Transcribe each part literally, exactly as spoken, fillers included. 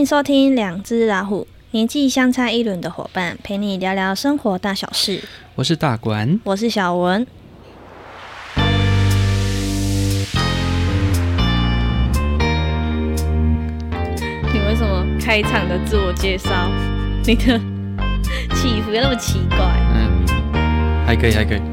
迎收听两只老虎，年纪相差一轮的伙伴，陪你聊聊生活大小事。 我是大管， 我是小文。你为什么开场的自我介绍，你的起伏又那么奇怪？ 嗯，还可以，还可以。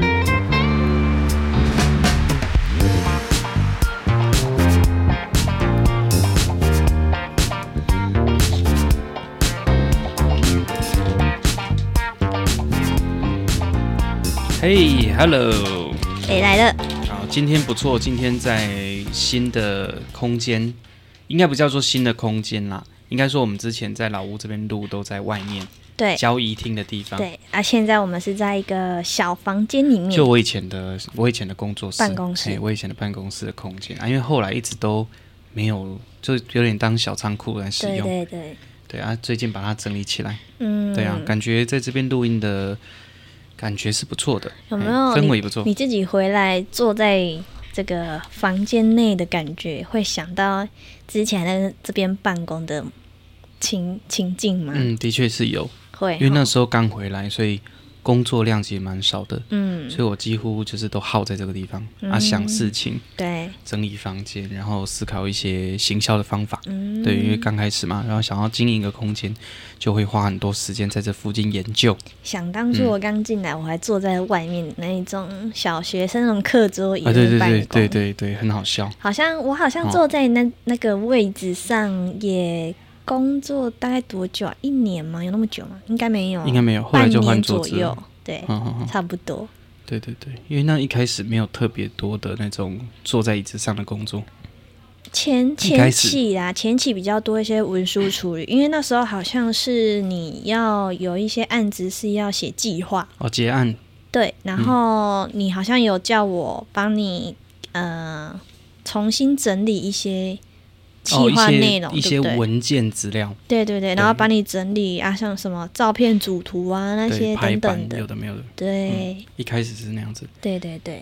嘿 ，Hello， 哎、来了。 好，今天不错，今天在新的空间，应该不叫做新的空间啦，应该说我们之前在老屋这边录都在外面， 对， 交易厅的地方。 对啊，现在我们是在一个小房间里面， 就我以前的我以前的工作室、 办公室， 我以前的办公室的空间啊，因为后来一直都没有，就有点当小仓库来使用。 对对对， 对啊，最近把它整理起来。 嗯， 对啊，感觉在这边录音的感觉是不错的， 有没有氛围不错？ 你自己回来坐在这个房间内的感觉，会想到之前在这边办公的情情境吗？ 嗯，的确是有， 会， 因为那时候刚回来，所以工作量其实蛮少的， 嗯， 所以我几乎就是都耗在这个地方、嗯、啊，想事情， 对， 整理房间，然后思考一些行销的方法， 嗯， 对，因为刚开始嘛，然后想要经营一个空间，就会花很多时间在这附近研究。 想当初我刚进来、嗯，我还坐在外面那一种小学生那种课桌椅办公、 啊，对对对对对对，很好笑。 好像我好像坐在那、哦、那个位置上也。工作大概多久啊？一年吗？有那么久吗？应该没有， 应该没有，后来就换桌子半年左右，对、嗯嗯嗯，差不多。 对对对，因为那一开始没有特别多的那种坐在椅子上的工作。 前前期啦，前期比较多一些文书处理，因为那时候好像是你要有一些案子是要写计划哦，结案。 对，然后你好像有叫我帮你呃重新整理一些。企划内容、 哦、一些, 一些文件资料， 对对对，然后帮你整理啊，像什么照片主图啊那些等等的， 有的没有的， 对、 嗯，一开始是那样子， 对对对。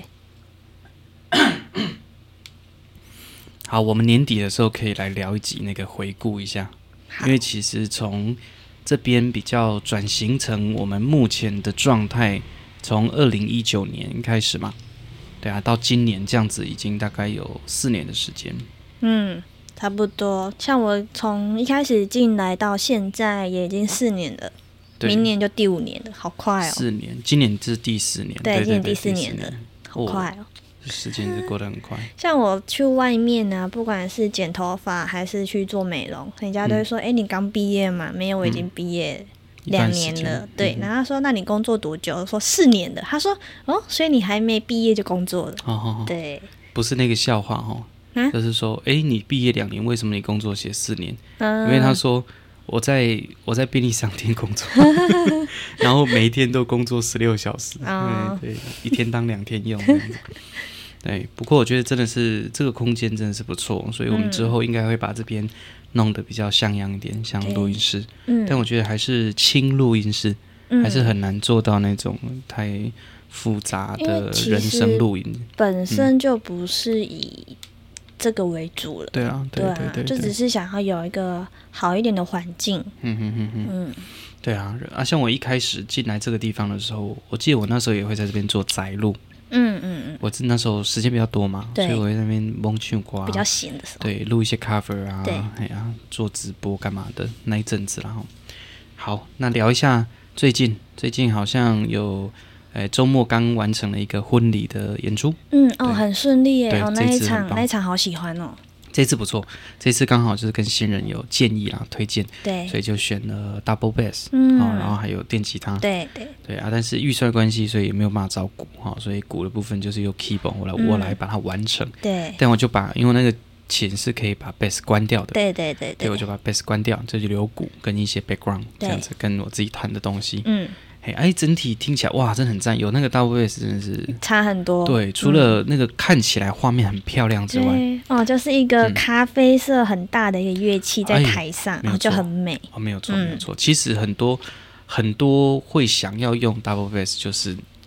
好，我们年底的时候可以来聊一集那个回顾一下，因为其实从这边比较转型成我们目前的状态，从二零一九年开始嘛，对啊，到今年这样子已经大概有四年的时间， 嗯。差不多，像我从一开始进来到现在也已经四年了，明年就第五年了，好快哦！ 四年，今年是第四年， 对， 对对对， 今年第四年了，好快哦！ 时间是过得很快。 像我去外面呢、啊，不管是剪头发还是去做美容，人家都会说：“哎、嗯欸，你刚毕业嘛？”没有，我已经毕业两年了。嗯、对，然后他说：“那你工作多久？”我说：“四年的。”他说：“哦，所以你还没毕业就工作了？” 哦哦哦， 对， 不是那个笑话哦。啊、就是说，哎，你毕业两年，为什么你工作写四年？嗯、因为他说我在我在便利商店工作，然后每一天都工作十六小时，哦、对对，一天当两天用这样子。对，不过我觉得真的是这个空间真的是不错，所以我们之后应该会把这边弄得比较像样一点，像录音室。嗯、但我觉得还是轻录音室，嗯、还是很难做到那种太复杂的人声录音， 本身就不是以。这个为主了， 对啊，对对 对, 对, 对，就只是想要有一个好一点的环境。 嗯哼哼哼，嗯，对啊，啊，像我一开始进来这个地方的时候，我记得我那时候也会在这边做宅录， 嗯嗯嗯， 我那时候时间比较多嘛，所以我会在那边蒙唱歌， 比较闲的时候， 对，录一些 cover 啊， 对， 哎呀，做直播干嘛的那一阵子，然后，好，那聊一下最近，最近好像有。哎，周末刚完成了一个婚礼的演出， 嗯哦，很顺利耶，哦，那一场那一场好喜欢哦。 这次不错，这次刚好就是跟新人有建议啦，推荐， 对， 所以就选了 double bass， 嗯、 哦，然后还有电吉他， 对对对啊，但是预算关系，所以也没有办法找鼓哈、哦，所以鼓的部分就是由 keyboard 我来、嗯、我来把它完成， 对， 但我就把因为那个琴是可以把 bass 关掉的， 对对对 对, 对，我就把 bass 关掉，这就留鼓跟一些 background 这样子跟我自己弹的东西， 嗯。 哎，整体听起来哇，真的很赞，有那个 double bass 真的是差很多。 对，除了那个看起来画面很漂亮之外， 嗯、哦，就是一个咖啡色很大的一个乐器在台上，然后、哎、就很美。 哦，没有错，没有错。其实很多很多会想要用 double bass， 就是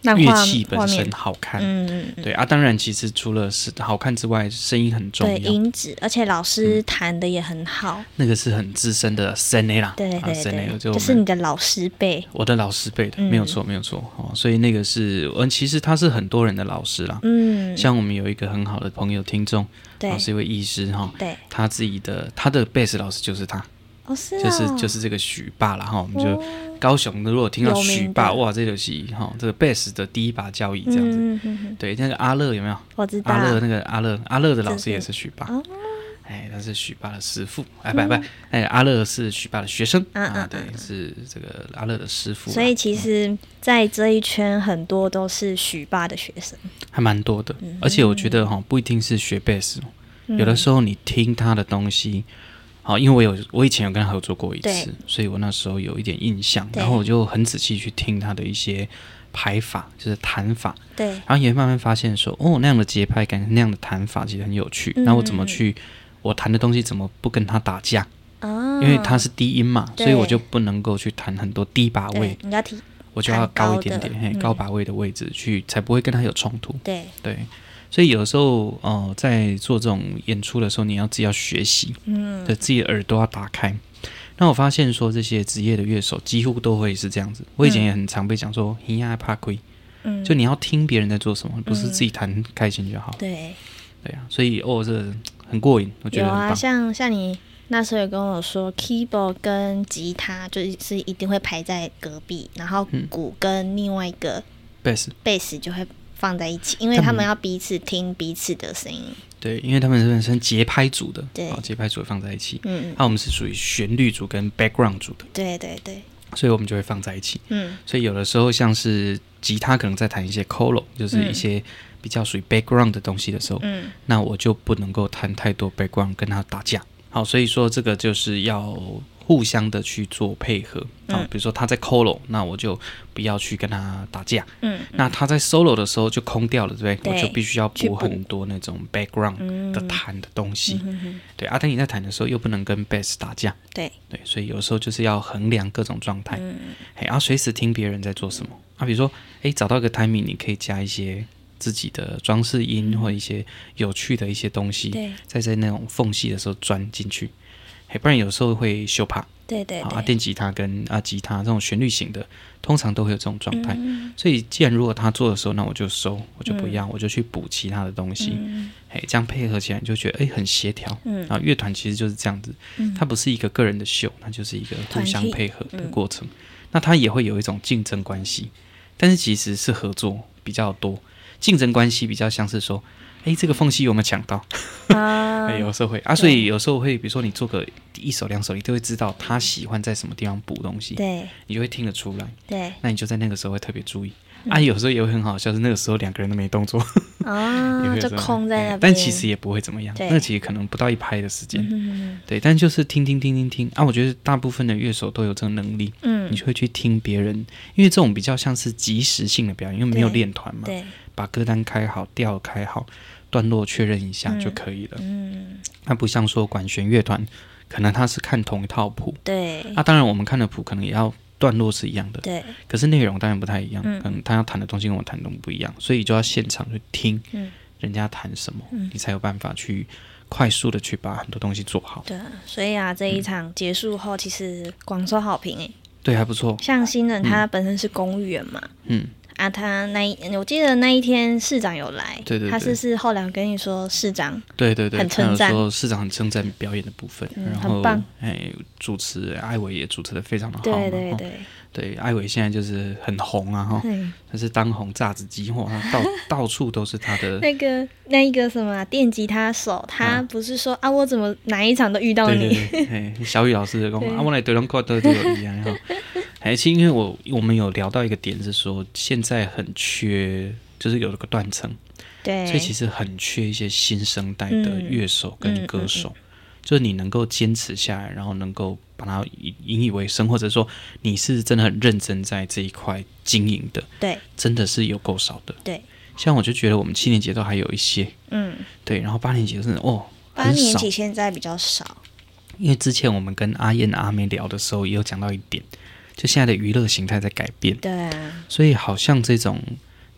乐器本身好看， 嗯嗯嗯， 对啊，当然其实除了是好看之外，声音很重要， 对，音质，而且老师弹的也很好， 嗯、那个是很资深的 Sene 啦， 对对对，啊、 就, 就是你的老师辈， 我的老师辈的，没有错没有错、哦、所以那个是，嗯，其实他是很多人的老师啦，嗯，像我们有一个很好的朋友听众，对，是一位医师哈，对，他自己的他的贝斯老师就是他。 哦是啊、 就是就是这个许爸啦哈，我们就高雄的，如果听到许爸，哇，这就是哈这个贝斯的第一把交椅这样子。嗯、哼哼对，那个阿乐有没有？ 我知道。 阿乐那个阿乐阿乐的老师也是许爸，哎，他是许爸的师傅，哎不不，哎阿乐是许爸的学生、嗯、啊，对，是这个阿乐的师傅。 所以其实，在这一圈很多都是许爸的学生， 还蛮多的。嗯、而且我觉得哈，不一定是学贝斯、嗯，有的时候你听他的东西。好，因为我有我以前有跟他合作过一次，所以我那时候有一点印象，然后我就很仔细去听他的一些排法，就是弹法，对，然后也慢慢发现说，哦，那样的节拍感，那样的弹法其实很有趣。然后我怎么去，我弹的东西怎么不跟他打架？哦，因为他是低音嘛，所以我就不能够去弹很多低把位， 你要提， 我就要高一点点，嘿，高把位的位置去，才不会跟他有冲突。 对对。所以有时候，呃，在做这种演出的时候，你要自己要学习，嗯，对，自己的耳朵要打开。那我发现说，这些职业的乐手几乎都会是这样子。我以前也很常被讲说，你呀怕亏，嗯，就你要听别人在做什么，不是自己弹开心就好。 嗯、对， 对啊，所以哦，这很过瘾，我觉得很棒。 有啊，像像你那时候有跟我说 ，keyboard 跟吉他就是一定会排在隔壁，然后鼓跟另外一个贝斯， 贝斯就会放在一起，因为他们要彼此听彼此的声音。 对，因为他们本身节拍组的，对，节拍组放在一起。嗯，那、啊、我们是属于旋律组跟 background 组的。 对对对， 所以我们就会放在一起。嗯，所以有的时候像是吉他可能在弹一些 solo， 就是一些比较属于 background 的东西的时候，嗯，那我就不能够弹太多 background 跟他打架。好，所以说这个就是要互相的去做配合，嗯、比如说他在 solo， 那我就不要去跟他打架，嗯，那他在 solo 的时候就空掉了，对不对？对，我就必须要补很多那种 background 的弹的东西，嗯、对。阿、啊、等你在弹的时候又不能跟 bass 打架，对对，所以有时候就是要衡量各种状态，嗯，然后随时听别人在做什么啊，比如说，哎，找到一个 timing， 你可以加一些自己的装饰音、嗯、或一些有趣的一些东西，对，再在那种缝隙的时候钻进去。不然有时候会羞怕，对对对，啊，电吉他跟啊吉他这种旋律型的，通常都会有这种状态。嗯、所以既然如果他做的时候，那我就收，我就不要，嗯、我就去补其他的东西。嗯、这样配合起来，你就觉得哎很协调。嗯，然后乐团其实就是这样子，嗯、它不是一个个人的秀，它就是一个互相配合的过程。嗯、那它也会有一种竞争关系，但是其实是合作比较多，竞争关系比较像是说。哎，这个缝隙有没有抢到？啊，有时候会啊，所以有时候会，比如说你做个一首两首，你都会知道他喜欢在什么地方补东西，对，你就会听得出来，对，那你就在那个时候会特别注意。嗯、啊，有时候也会很好笑，是那个时候两个人都没动作， 哦，就空在那边， 但其实也不会怎么样，那其实可能不到一拍的时间，嗯、对，但就是听听听听听啊，我觉得大部分的乐手都有这个能力，嗯，你就会去听别人，因为这种比较像是即时性的表演，因为没有练团嘛，对，把歌单开好，调开好。段落确认一下就可以了。嗯，那、嗯、不像说管弦乐团，可能他是看同一套谱。对。那、啊、当然，我们看的谱可能也要段落是一样的。对。可是内容当然不太一样，嗯、可能他要弹的东西跟我弹的东西不一样，所以就要现场去听人家弹什么，嗯、你才有办法去快速的去把很多东西做好。 对，所以啊，这一场结束后，嗯、其实广受好评诶。 对，还不错。 像新人他本身是公务员嘛。嗯。啊，他那一我记得那一天市长有来，对对对，他是是后来我跟你说市长， 对对对， 很称赞， 说市长很称赞表演的部分，嗯、然后很棒， 哎，主持艾伟也主持的非常的好， 对对对， 对，艾伟现在就是很红啊哈，他是当红炸子鸡，哇，到到处都是他的那个那一个什么、啊、电吉他手，他不是说 啊, 啊我怎么哪一场都遇到你， 对对对小雨老师就讲啊我来对人过都都有一样哈。还是因为我我们有聊到一个点是说，现在很缺，就是有一个断层，对，所以其实很缺一些新生代的乐手跟歌手，嗯嗯嗯嗯、就是你能够坚持下来，然后能够把它引以为生，或者说你是真的很认真在这一块经营的，对，真的是有够少的，对。像我就觉得我们七年级都还有一些，嗯，对，然后八年级真的哦， 八年级现在比较少， 因为之前我们跟阿燕阿妹聊的时候，也有讲到一点。就现在的娱乐形态在改变，对啊，所以好像这种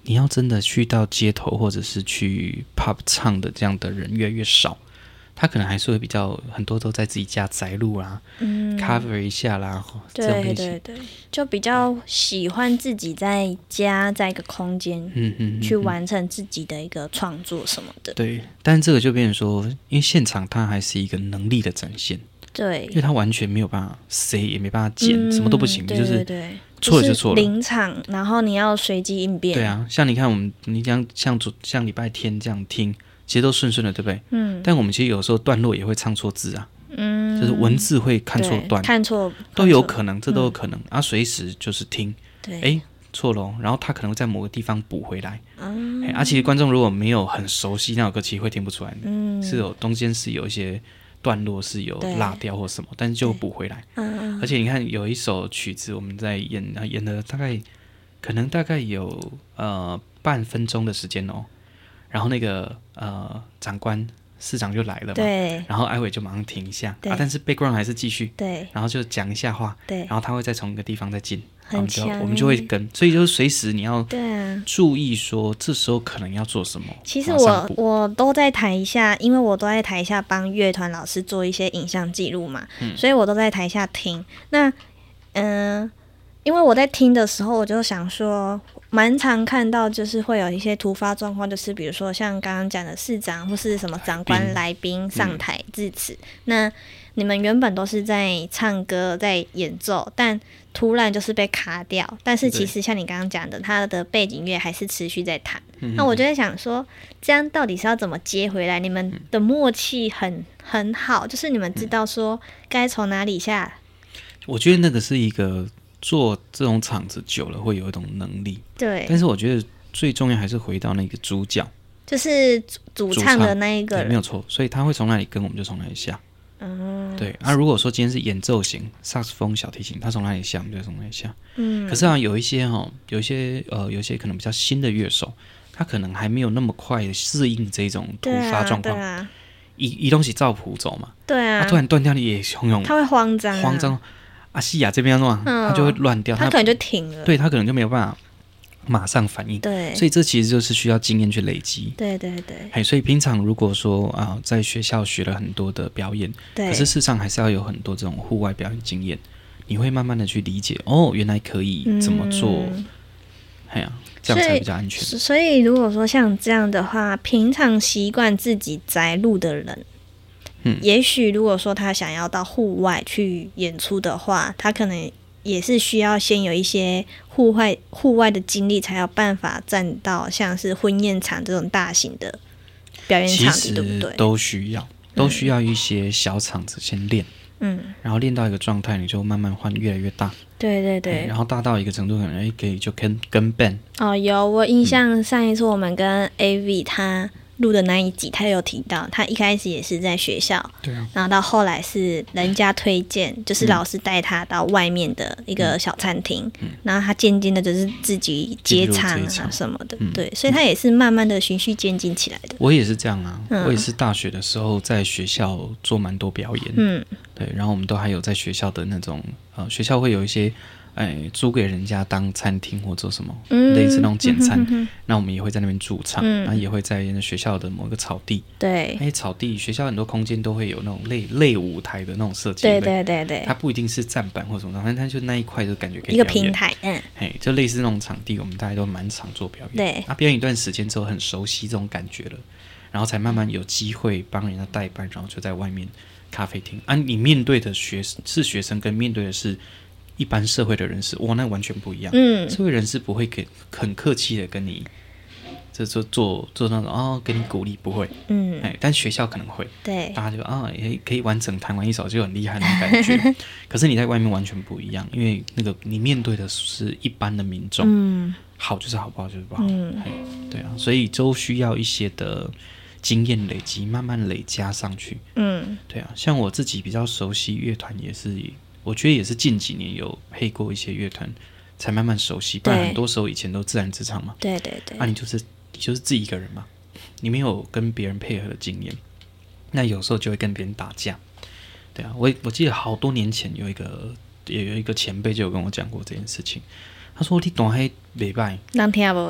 你要真的去到街头或者是去 pub 唱的这样的人越来越少，他可能还是会比较很多都在自己家宅录啦、嗯、cover 一下啦， 对这种类型对对，就比较喜欢自己在家在一个空间、嗯嗯嗯嗯、去完成自己的一个创作什么的。 对，但这个就变成说，因为现场它还是一个能力的展现， 对， 因为他完全没有办法塞，也没办法剪、嗯，什么都不行， 对就是对对， 错了就错了。 临场，然后你要随机应变。 对啊，像你看我们，你像像像礼拜天这样听，其实都顺顺的，对不对？嗯。但我们其实有时候段落也会唱错字啊，嗯，就是文字会看错段， 看错都有可能，这都有可能、嗯、啊。随时就是听， 对， 哎，错了，然后他可能会在某个地方补回来。嗯。啊，其实观众如果没有很熟悉那首歌，其实会听不出来的。嗯。是有中间是有一些段落是有落掉或什么，但是就补回来。嗯。而且你看有一首曲子我们在演，演了大概可能大概有呃半分钟的时间哦，然后那个呃长官市长就来了嘛， 对， 然后艾伟就马上停一下啊，但是 background 还是继续， 对， 然后就讲一下话， 对， 然后他会再从一个地方再进， 很强， 我们就会跟，所以就是随时你要对啊注意说这时候可能要做什么。 其实我我都在台下，因为我都在台下帮乐团老师做一些影像记录嘛、嗯，所以我都在台下听。那嗯、呃，因为我在听的时候，我就想说。蛮常看到就是会有一些突发状况，就是比如说像刚刚讲的市长或是什么长官来宾上台致辞、嗯、那你们原本都是在唱歌在演奏，但突然就是被卡掉，但是其实像你刚刚讲的他的背景乐还是持续在弹、嗯、那我就在想说这样到底是要怎么接回来？你们的默契很很好，就是你们知道说该从哪里下。 我觉得那个是一个做这种场子久了会有一种能力， 对。 但是我觉得最重要还是回到那个主角， 就是主唱的那一个人， 没有错。所以他会从哪里跟，我们就从哪里下。嗯，对。啊，如果说今天是演奏型，萨克斯风、小提琴，他从哪里下，我们就从哪里下。嗯。可是啊，有一些哈、哦，有一些呃，有一些可能比较新的乐手，他可能还没有那么快的适应这种突发状况。对啊。移移东西照谱走嘛。 对啊。 他突然断掉，你也汹涌， 他会慌张、啊， 慌张。啊，西亚这边乱、嗯，他就会乱掉， 他可能就停了， 对他可能就没有办法马上反应， 对， 所以这其实就是需要经验去累积， 对对对， 嘿，所以平常如果说啊，在学校学了很多的表演，对，可是事实上还是要有很多这种户外表演经验，你会慢慢的去理解，哦，原来可以怎么做，哎、嗯、呀、啊，这样才比较安全。 所以，所以如果说像这样的话，平常习惯自己宅录的人。嗯，也许如果说他想要到户外去演出的话，他可能也是需要先有一些户外户外的经历，才有办法站到像是婚宴场这种大型的表演场地，对不对？ 都需要，都需要一些小场子先练，嗯，然后练到一个状态，你就慢慢换越来越大， 对对对， 然后大到一个程度，可能哎可以就跟跟 band 哦，有我印象上一次我们跟 A V 他。录的那一集他有提到他一开始也是在学校， 对啊， 然后到后来是人家推荐，就是老师带他到外面的一个小餐厅、嗯、然后他渐渐的就是自己接唱啊什么的、嗯、对，所以他也是慢慢的循序渐进起来的。 我也是这样啊、嗯、我也是大学的时候在学校做蛮多表演，嗯，对，然后我们都还有在学校的那种呃，学校会有一些哎，租给人家当餐厅或做什么、嗯、类似那种简餐、嗯、那我们也会在那边驻唱、嗯、然后也会在学校的某个草地， 对， 哎，草地学校很多空间都会有那种类类舞台的那种设计， 对对对对， 它不一定是站板或什么，反正它就那一块就感觉可以一个平台，嗯， 哎，就类似那种场地，我们大家都蛮常做表演， 对， 啊，表演一段时间之后很熟悉这种感觉了，然后才慢慢有机会帮人家代班，然后就在外面咖啡厅啊，你面对的学是学生，跟面对的是一般社会的人士，哇，那完全不一样。嗯，社会人士不会给很客气的跟你，这做做做那种哦，给你鼓励，不会。嗯，哎，但学校可能会， 对， 大家就啊，也可以完整弹完一首就很厉害那种感觉。可是你在外面完全不一样，因为那个你面对的是一般的民众，嗯，好就是好，不好就是不好。嗯，对啊，所以都需要一些的经验累积，慢慢累加上去。嗯，对啊，像我自己比较熟悉乐团也是。我觉得也是近几年有配过一些乐团，才慢慢熟悉。不然很多时候以前都自然自唱嘛。 对对对。 啊，你就是你就是自己一个人嘛，你没有跟别人配合的经验，那有时候就会跟别人打架。对啊，我我记得好多年前有一个有有一个前辈就有跟我讲过这件事情。他说：“你弹迄袂歹， 人听无啊？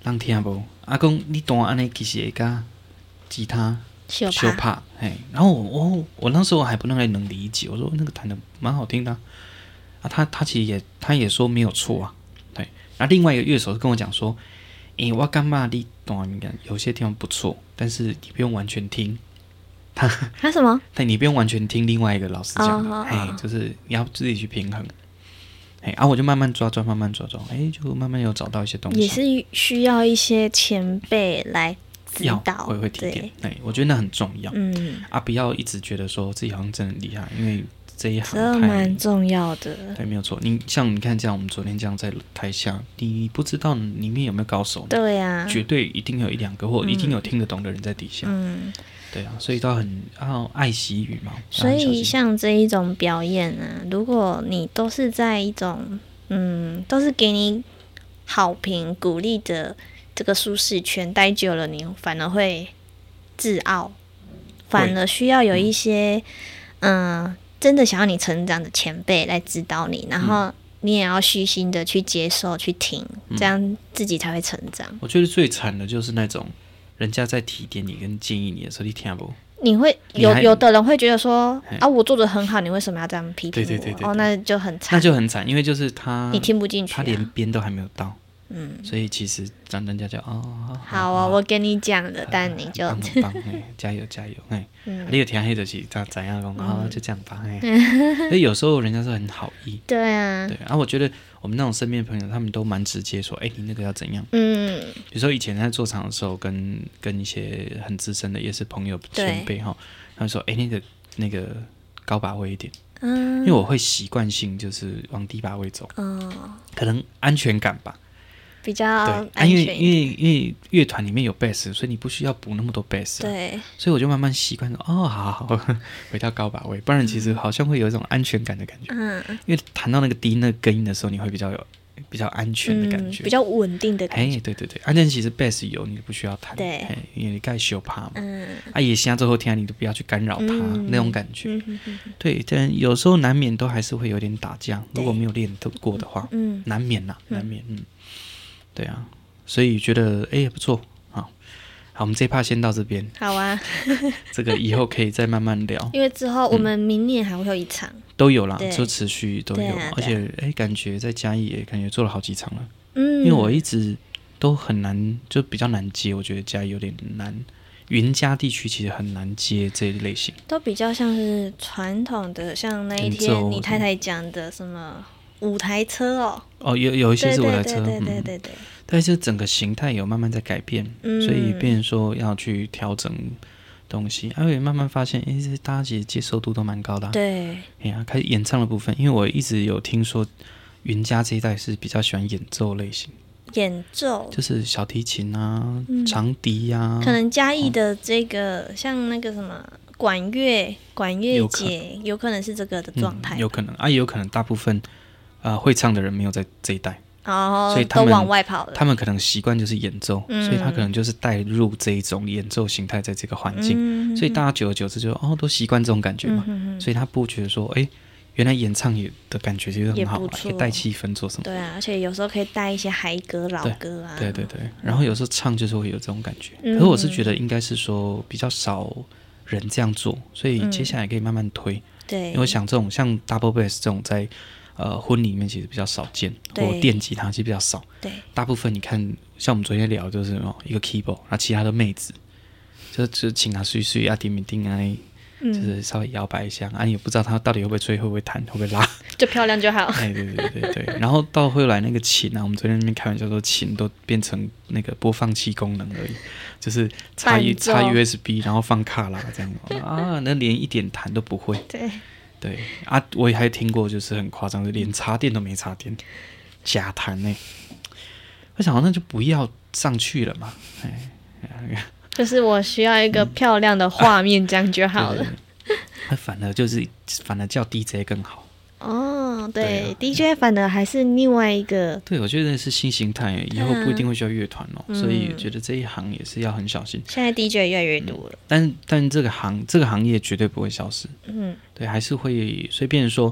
人听无。啊，讲你弹安尼其实会甲吉他相拍，嘿。然后我我我那时候还不能能理解，我说那个弹的蛮好听的啊。啊他他其实也他也说没有错啊，对。然后另外一个乐手跟我讲说，诶、欸，我感觉你弹有些地方不错，但是你不用完全听。他他什么？ 但你不用完全听另外一个老师讲的，嘿、oh, oh, oh. 就是你要自己去平衡。哎，啊，我就慢慢抓抓，慢慢抓抓，哎，就慢慢有找到一些东西。 也是需要一些前辈来指导， 会会提点。哎，我觉得那很重要。 嗯， 啊，不要一直觉得说自己好像真的很厉害，因为这一行这蛮重要的。 对，没有错。你像你看这样，我们昨天这样在台下，你不知道里面有没有高手？ 对呀、啊， 绝对一定有一两个，或一定有听得懂的人在底下。嗯。对啊，所以都很要爱惜羽毛。 所以像这一种表演啊，如果你都是在一种嗯，都是给你好评鼓励的这个舒适圈待久了，你反而会自傲，反而需要有一些嗯、呃，真的想要你成长的前辈来指导你，然后你也要虚心的去接受、去听，这样自己才会成长。 我觉得最惨的就是那种。人家在提点你跟建议你的时候，你听不？ 你会有有的人会觉得说啊，我做的很好，你为什么要这样批评我？对对 对, 对, 对哦，那就很惨， 那就很惨，因为就是他你听不进去、啊， 他连边都还没有到，嗯，所以其实让人家就哦，好, 好啊，我跟你讲了，但你就很棒，加油加油，哎、嗯，你有听黑就是他怎样讲啊、嗯，就这样吧，哎，所以有时候人家是很好意， 对啊， 对啊，我觉得。我们那种身边的朋友，他们都蛮直接说：“哎、欸，你那个要怎样？”嗯，有时候以前在做场的时候，跟跟一些很资深的也是朋友前辈哈，他们说：“哎、欸，那个那个高把位一点。”嗯，因为我会习惯性就是往低把位走，哦，可能安全感吧， 比较安全。因为因为因为乐团里面有贝斯，所以你不需要补那么多贝斯、啊， 对，所以我就慢慢习惯说：“哦，好好好，回到高把位。”不然其实好像会有一种安全感的感觉，嗯，因为弹到那个低那个根音的时候，你会比较有。比较安全的感觉， 嗯、比较稳定的感觉。 哎，对对对，安全其实 bass 有你不需要弹， 对， 因为你该修怕嘛。嗯，啊也现在最后听你都不要去干扰它、嗯、那种感觉。嗯哼哼哼对，但有时候难免都还是会有点打架，如果没有练过的话，嗯，难免啦，难免，嗯，对啊，所以觉得哎不错，好，好，我们这一 part 先到这边。 好啊， 这个以后可以再慢慢聊， 因为之后我们明年还会有一场。嗯都有啦，就持续都有，啊、而且哎，感觉在嘉义也感觉做了好几场了。嗯，因为我一直都很难，就比较难接，我觉得嘉义有点难。云嘉地区其实很难接这一类型， 都比较像是传统的，像那一天你太太讲的什么舞台车哦。 哦，有有一些是舞台车， 对对对对 对, 对, 对、嗯。 但是整个形态有慢慢在改变，嗯、所以变成说要去调整。东西，而且慢慢发现，哎，这大家其实接受度都蛮高的、啊。对，哎呀，开始演唱的部分，因为我一直有听说，云嘉这一代是比较喜欢演奏类型， 演奏就是小提琴啊、嗯、长笛呀、啊。 可能嘉义的这个、哦、像那个什么管乐管乐节，有可能是这个的状态、嗯， 有可能啊，也有可能大部分呃会唱的人没有在这一代。 哦， 所以他们都往外跑了。他们可能习惯就是演奏、嗯，所以他可能就是带入这一种演奏形态在这个环境、嗯，所以大家久而久之就哦都习惯这种感觉嘛、嗯，所以他不觉得说，哎，原来演唱也的感觉其实很好，可以带气氛做什么？ 对啊，而且有时候可以带一些嗨歌、老歌啊。 对对对，然后有时候唱就是会有这种感觉。嗯、可是我是觉得应该是说比较少人这样做，所以接下来可以慢慢推。对、嗯，因为我想这种像 double bass 这种在。呃，婚礼里面其实比较少见，或电吉他其实比较少。对，大部分你看，像我们昨天聊，就是哦一个 keyboard， 然后其他的妹子，就就请他睡睡啊，叮叮叮啊，就是稍微摇摆一下、嗯、啊，你也不知道他到底会不会吹，会不会弹，会不会拉， 就漂亮就好。 哎，对对对对对。然后到后来那个琴啊，我们昨天那边开玩笑说，琴都变成那个播放器功能而已，就是插插 U S B， 然后放卡拉这样啊，那连一点弹都不会。对。对啊，我也还听过，就是很夸张的，连插电都没插电，假弹呢、欸。我想那就不要上去了嘛，哎， 就是我需要一个漂亮的画面，这样就好了。 那、啊、反而就是反而叫 D J 更好。 哦，对, 对、啊、，D J 反而还是另外一个。 对，我觉得那是新形态，以后不一定会需要乐团哦、嗯，所以觉得这一行也是要很小心。 现在 D J 越来越多了，嗯、但但这个行这个行业绝对不会消失。嗯，对，还是会随便说，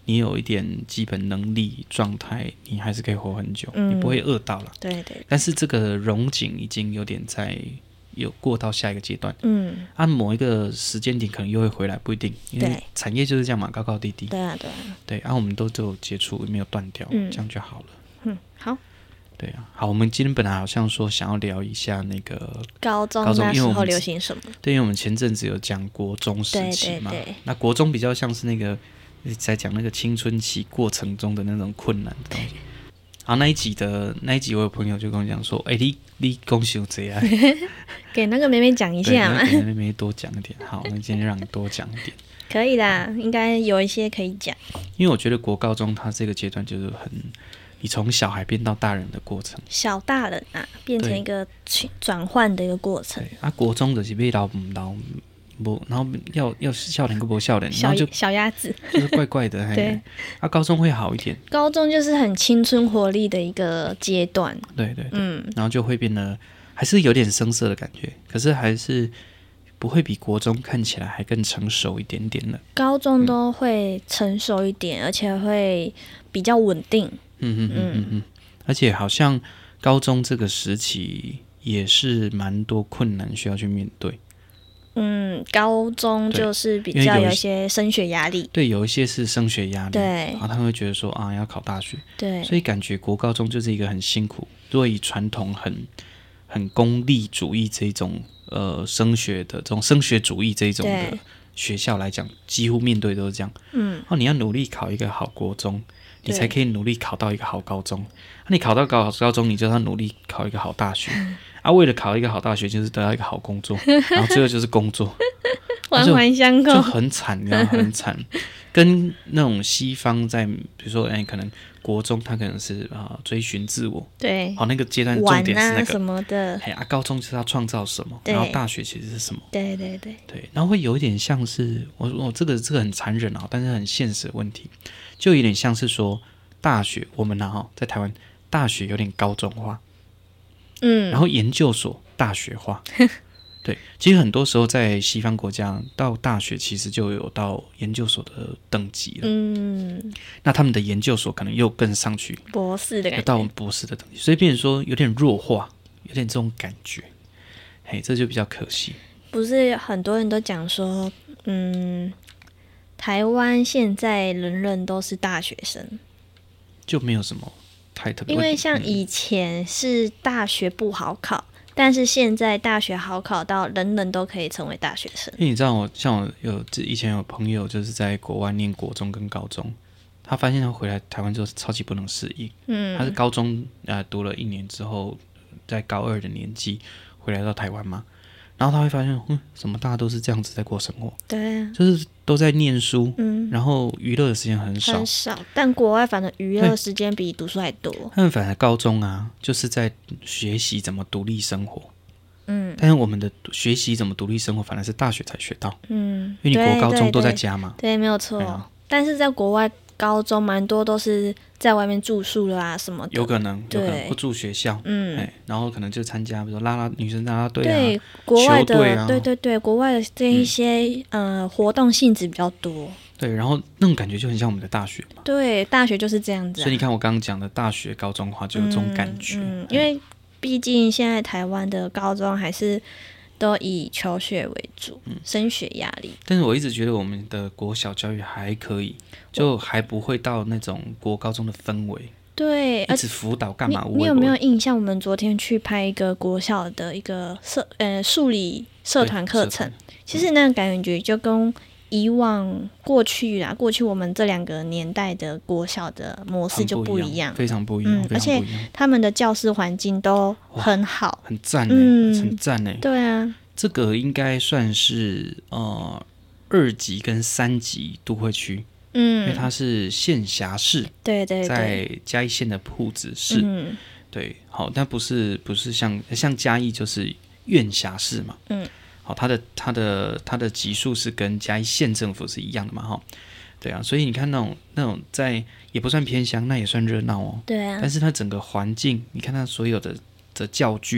你有一点基本能力状态，你还是可以活很久，嗯、你不会饿到了。 对对。 但是这个荣景已经有点在有过到下一个阶段，嗯，按、啊、某一个时间点可能又会回来，不一定，因为产业就是这样嘛，高高低低。 对啊对啊。 对，啊，我们都都有接触，没有断掉，嗯、这样就好了。 嗯，好。 对啊，好，我们今天本来好像说想要聊一下那个高中那时候流行什么？ 对，因为我们前阵子有讲国中时期嘛，对对对，那国中比较像是那个在讲那个青春期过程中的那种困难的东西。好，那一集的那一集，我有朋友就跟我讲说：“哎、欸，你你恭喜我这样， 给那个妹妹讲一下嘛， 给妹妹多讲一点。”好，那今天让你多讲一点， 可以啦，应该有一些可以讲。 因为我觉得国高中它这个阶段就是很。你从小孩变到大人的过程， 小大人啊，变成一个转换的一个过程。 对啊，国中就是要老不老，不，然后要要笑脸跟不笑脸，然后就小鸭子， 就是怪怪的。对，啊，高中会好一点。 高中就是很青春活力的一个阶段。 对对对，嗯，然后就会变得还是有点生涩的感觉，可是还是不会比国中看起来还更成熟一点点了。 高中都会成熟一点，嗯、而且会比较稳定。 嗯嗯嗯嗯嗯，而且好像高中这个时期也是蛮多困难需要去面对。 嗯，高中就是比较有一些升学压力。 对，有一些是升学压力。 对， 然后他们会觉得说啊，要考大学。 对， 所以感觉国高中就是一个很辛苦。如果以传统很很功利主义这种呃升学的这种升学主义这种的学校来讲，几乎面对都是这样。嗯，哦，你要努力考一个好国中。你才可以努力考到一个好高中，啊、你考到高高中，你就要努力考一个好大学。啊，为了考一个好大学，就是得到一个好工作，然后最后就是工作， 环环相扣， 就很惨，你知道很惨。跟那种西方在，比如说，哎，可能国中他可能是啊、呃、追寻自我， 对， 好、哦、那个阶段重点是那个、 啊、什么的， 哎啊，高中就是要创造什么，然后大学其实是什么， 对对对对，然后会有一点像是我我这个这个很残忍啊，但是很现实的问题。就有点像是说，大学我们呢、啊、在台湾大学有点高中化，嗯，然后研究所大学化，对，其实很多时候在西方国家，到大学其实就有到研究所的等级了，嗯，那他们的研究所可能又更上去， 博士的感觉， 到博士的等级，所以变成说有点弱化，有点这种感觉，嘿，这就比较可惜。 不是很多人都讲说，嗯。台湾现在人人都是大学生， 就没有什么太特别。 因为像以前是大学不好考，嗯、但是现在大学好考到人人都可以成为大学生。 因为你知道我，像我有以前有朋友就是在国外念国中跟高中，他发现他回来台湾之后超级不能适应。嗯，他是高中呃读了一年之后，在高二的年纪回来到台湾嘛。然后他会发现，嗯，怎么大家都是这样子在过生活？ 对啊， 就是都在念书，嗯，然后娱乐的时间很少， 很少。但国外反正娱乐时间比读书还多。 他们反正高中啊，就是在学习怎么独立生活，嗯。但是我们的学习怎么独立生活，反而是大学才学到，嗯，因为你国高中都在家嘛， 对，对对没有错。啊、但是在国外高中蛮多都是在外面住宿了啊什么的， 有可能，有可能不住学校，嗯，然后可能就参加，比如说拉拉女生拉拉队啊， 对，国外的， 啊、 对对对，国外的这一些、嗯、呃活动性质比较多， 对，然后那种感觉就很像我们的大学嘛， 对，大学就是这样子、啊， 所以你看我刚刚讲的大学高中化就有这种感觉， 嗯嗯、因为毕竟现在台湾的高中还是都以求学为主，嗯、升学压力。 但是我一直觉得我们的国小教育还可以，就还不会到那种国高中的氛围。 对， 一直辅导干嘛？ 你, 你有没有印象？我们昨天去拍一个国小的一个社呃数理社团课程，其实那个感觉就跟以往过去啊，过去我们这两个年代的国小的模式就不一样， 非常不一样，嗯、 而且他们的教室环境都很好， 很赞哎、欸，嗯、很赞哎、欸。 对啊， 这个应该算是呃二级跟三级都会区。嗯，因为它是县辖市， 对对对， 在嘉义县的朴子市，嗯，对，好，但不是不是像像嘉义就是院辖市嘛，嗯，好，它的它的它的级数是跟嘉义县政府是一样的嘛，哈，对啊，所以你看那种那种在也不算偏乡，那也算热闹哦， 对啊， 但是它整个环境，你看它所有的的教具，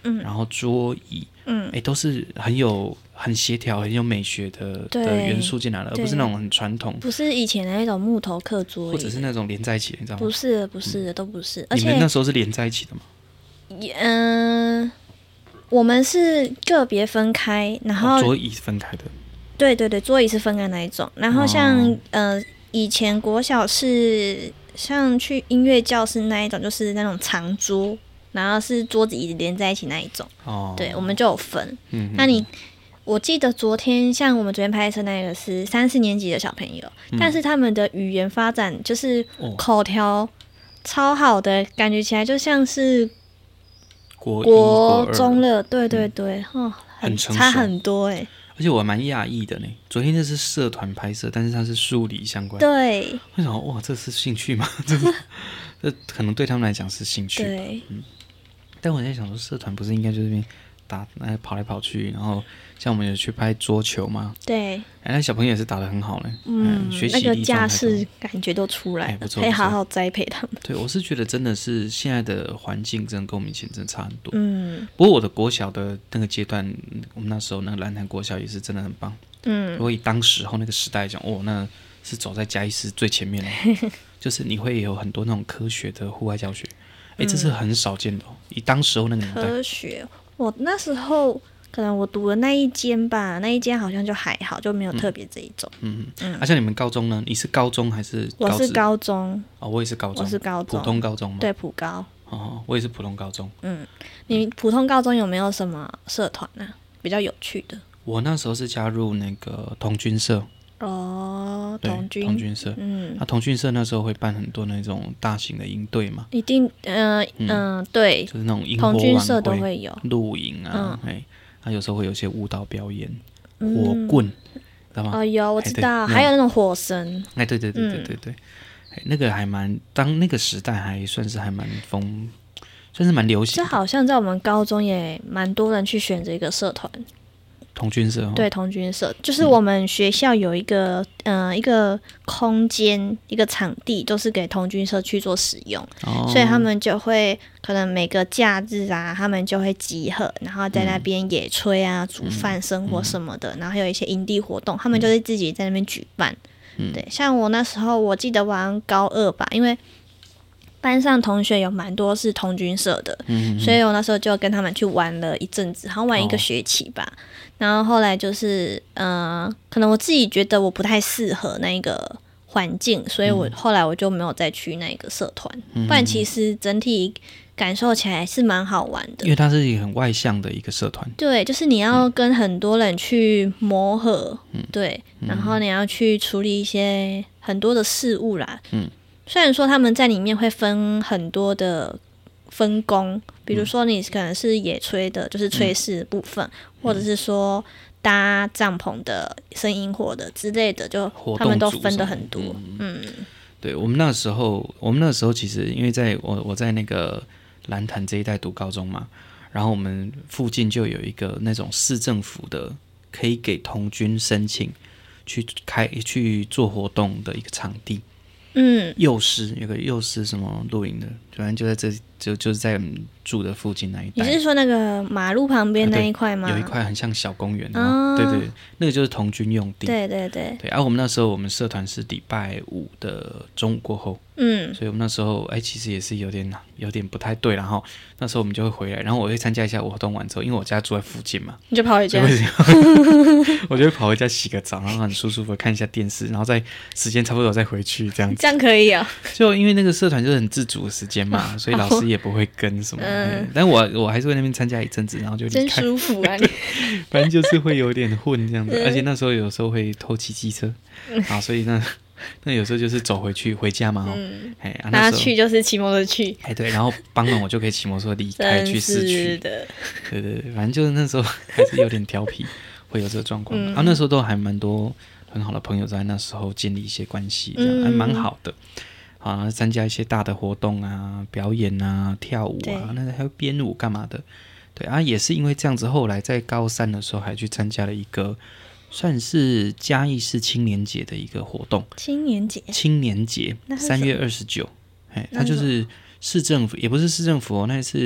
嗯， 然后桌椅，嗯，哎，都是很有很协调、很有美学的的元素进来了，而不是那种很传统， 不是以前的那种木头课桌椅， 或者是那种连在一起的，你知道吗？ 不是，不是，嗯、都不是。而且你们那时候是连在一起的吗？ 嗯、呃，我们是个别分开，然后、 哦、桌椅是分开的。 对对对，桌椅是分开那一种。然后像、哦、呃，以前国小是像去音乐教室那一种，就是那种长桌，然后是桌子椅子连在一起那一种。哦，对，我们就有分。嗯，那你我记得昨天像我们昨天拍摄那个是三四年级的小朋友，嗯、但是他们的语言发展就是口条超好的，哦、感觉起来就像是国国中了。对对对，嗯、哦， 很成熟， 差很多哎、欸。 而且我蛮讶异的呢，昨天那是社团拍摄，但是它是数理相关。 对， 为什么？哇，这是兴趣吗？这这可能对他们来讲是兴趣。 对， 嗯。但我在想说，社团不是应该就这边打，哎，跑来跑去，然后像我们有去拍桌球嘛？ 对。 哎，那小朋友也是打得很好呢。 嗯， 学习力那个架势感觉都出来了， 不错， 可以好好栽培他们。 对，我是觉得真的是现在的环境真的跟我们以前真的差很多。 嗯。 不过我的国小的那个阶段，我们那时候那个蓝潭国小也是真的很棒。嗯。如果以当时候那个时代讲，哦，那是走在嘉义市最前面的，就是你会有很多那种科学的户外教学，哎、欸，这是很少见的哦。以当时候那个年代， 科学，我那时候。可能我读的那一间吧，那一间好像就还好，就没有特别这一种。 嗯嗯。而且、啊、你们高中呢？你是高中还是高职？ 我是高中。 哦，我也是高中。 我是高中。 普通高中吗？ 对，普高。 哦，我也是普通高中。 嗯，你普通高中有没有什么社团呢、啊？比较有趣的？ 我那时候是加入那个童军社。 哦，童军。 童军社。嗯。那、啊、童军社那时候会办很多那种大型的营队嘛？ 一定，嗯、呃、嗯、呃，对。 就是那种萤火晚会、 童军社都会有露营啊，哎、嗯。他有时候会有一些舞蹈表演，火棍，嗯、知道吗？ 哦，有我知道，还有那种火绳。 哎，对对对对对对，嗯、那个还蛮，当那个时代还算是还蛮风，算是蛮流行的。 这好像在我们高中也蛮多人去选这个社团。 童军社、哦、 对，童军社就是我们学校有一个嗯、呃、一个空间一个场地都是给童军社去做使用、哦、所以他们就会可能每个假日啊他们就会集合，然后在那边野炊啊、嗯、煮饭生活什么的、嗯、然后还有一些营地活动他们就是自己在那边举办、嗯、对，像我那时候我记得我好像高二吧，因为班上同学有蛮多是童军社的、嗯、所以我那时候就跟他们去玩了一阵子，好像玩一个学期吧、哦，然后后来就是呃，可能我自己觉得我不太适合那个环境，所以我后来我就没有再去那个社团、嗯、不然其实整体感受起来是蛮好玩的， 因为它是一个很外向的一个社团。 对，就是你要跟很多人去磨合、嗯、对，然后你要去处理一些很多的事物啦。嗯，虽然说他们在里面会分很多的分工，比如说你可能是野炊的，就是炊事的部分、嗯、或者是说搭帐篷的、生营火的之类的，就他们都分得很多。嗯，嗯对，我们那时候，我们那时候其实因为在我我在那个蓝潭这一带读高中嘛，然后我们附近就有一个那种市政府的可以给童军申请去开去做活动的一个场地。嗯，幼师有个幼师什么露营的，反正就在这就就是在我们住的附近那一带。 你是说那个马路旁边那一块吗？ 啊、有一块很像小公园的、哦，对对，那个就是童军用地。 对对对。 对，而、啊、我们那时候我们社团是礼拜五的中午过后，嗯，所以我们那时候哎，其实也是有点有点不太对，然后那时候我们就会回来，然后我会参加一下活动完之后，因为我家住在附近嘛， 你就跑回家， 我就会跑回家洗个澡，然后很舒舒服的看一下电视，然后再时间差不多再回去这样子。 这样可以啊、哦。 就因为那个社团就是很自主的时间嘛，所以老师也不会跟什么。嗯，但我我还是会那边参加一阵子，然后就离开。 真舒服啊！你反正就是会有点混这样子，而且那时候有时候会偷骑机车，啊，所以那那有时候就是走回去回家嘛，嗯，哎，啊、 那去就是骑摩托去， 哎对，然后傍晚我就可以骑摩托车离开去市区的，对对对，反正就是那时候还是有点调皮，会有这个状况、嗯。啊，那时候都还蛮多很好的朋友在那时候建立一些关系，这样、嗯、还蛮好的。啊，参加一些大的活动啊，表演啊，跳舞啊，那还有编舞干嘛的，对啊，也是因为这样子，后来在高三的时候还去参加了一个算是嘉义市青年节的一个活动。 青年节， 青年节，三月二十九，哎，它就是市政府，也不是市政府哦，那是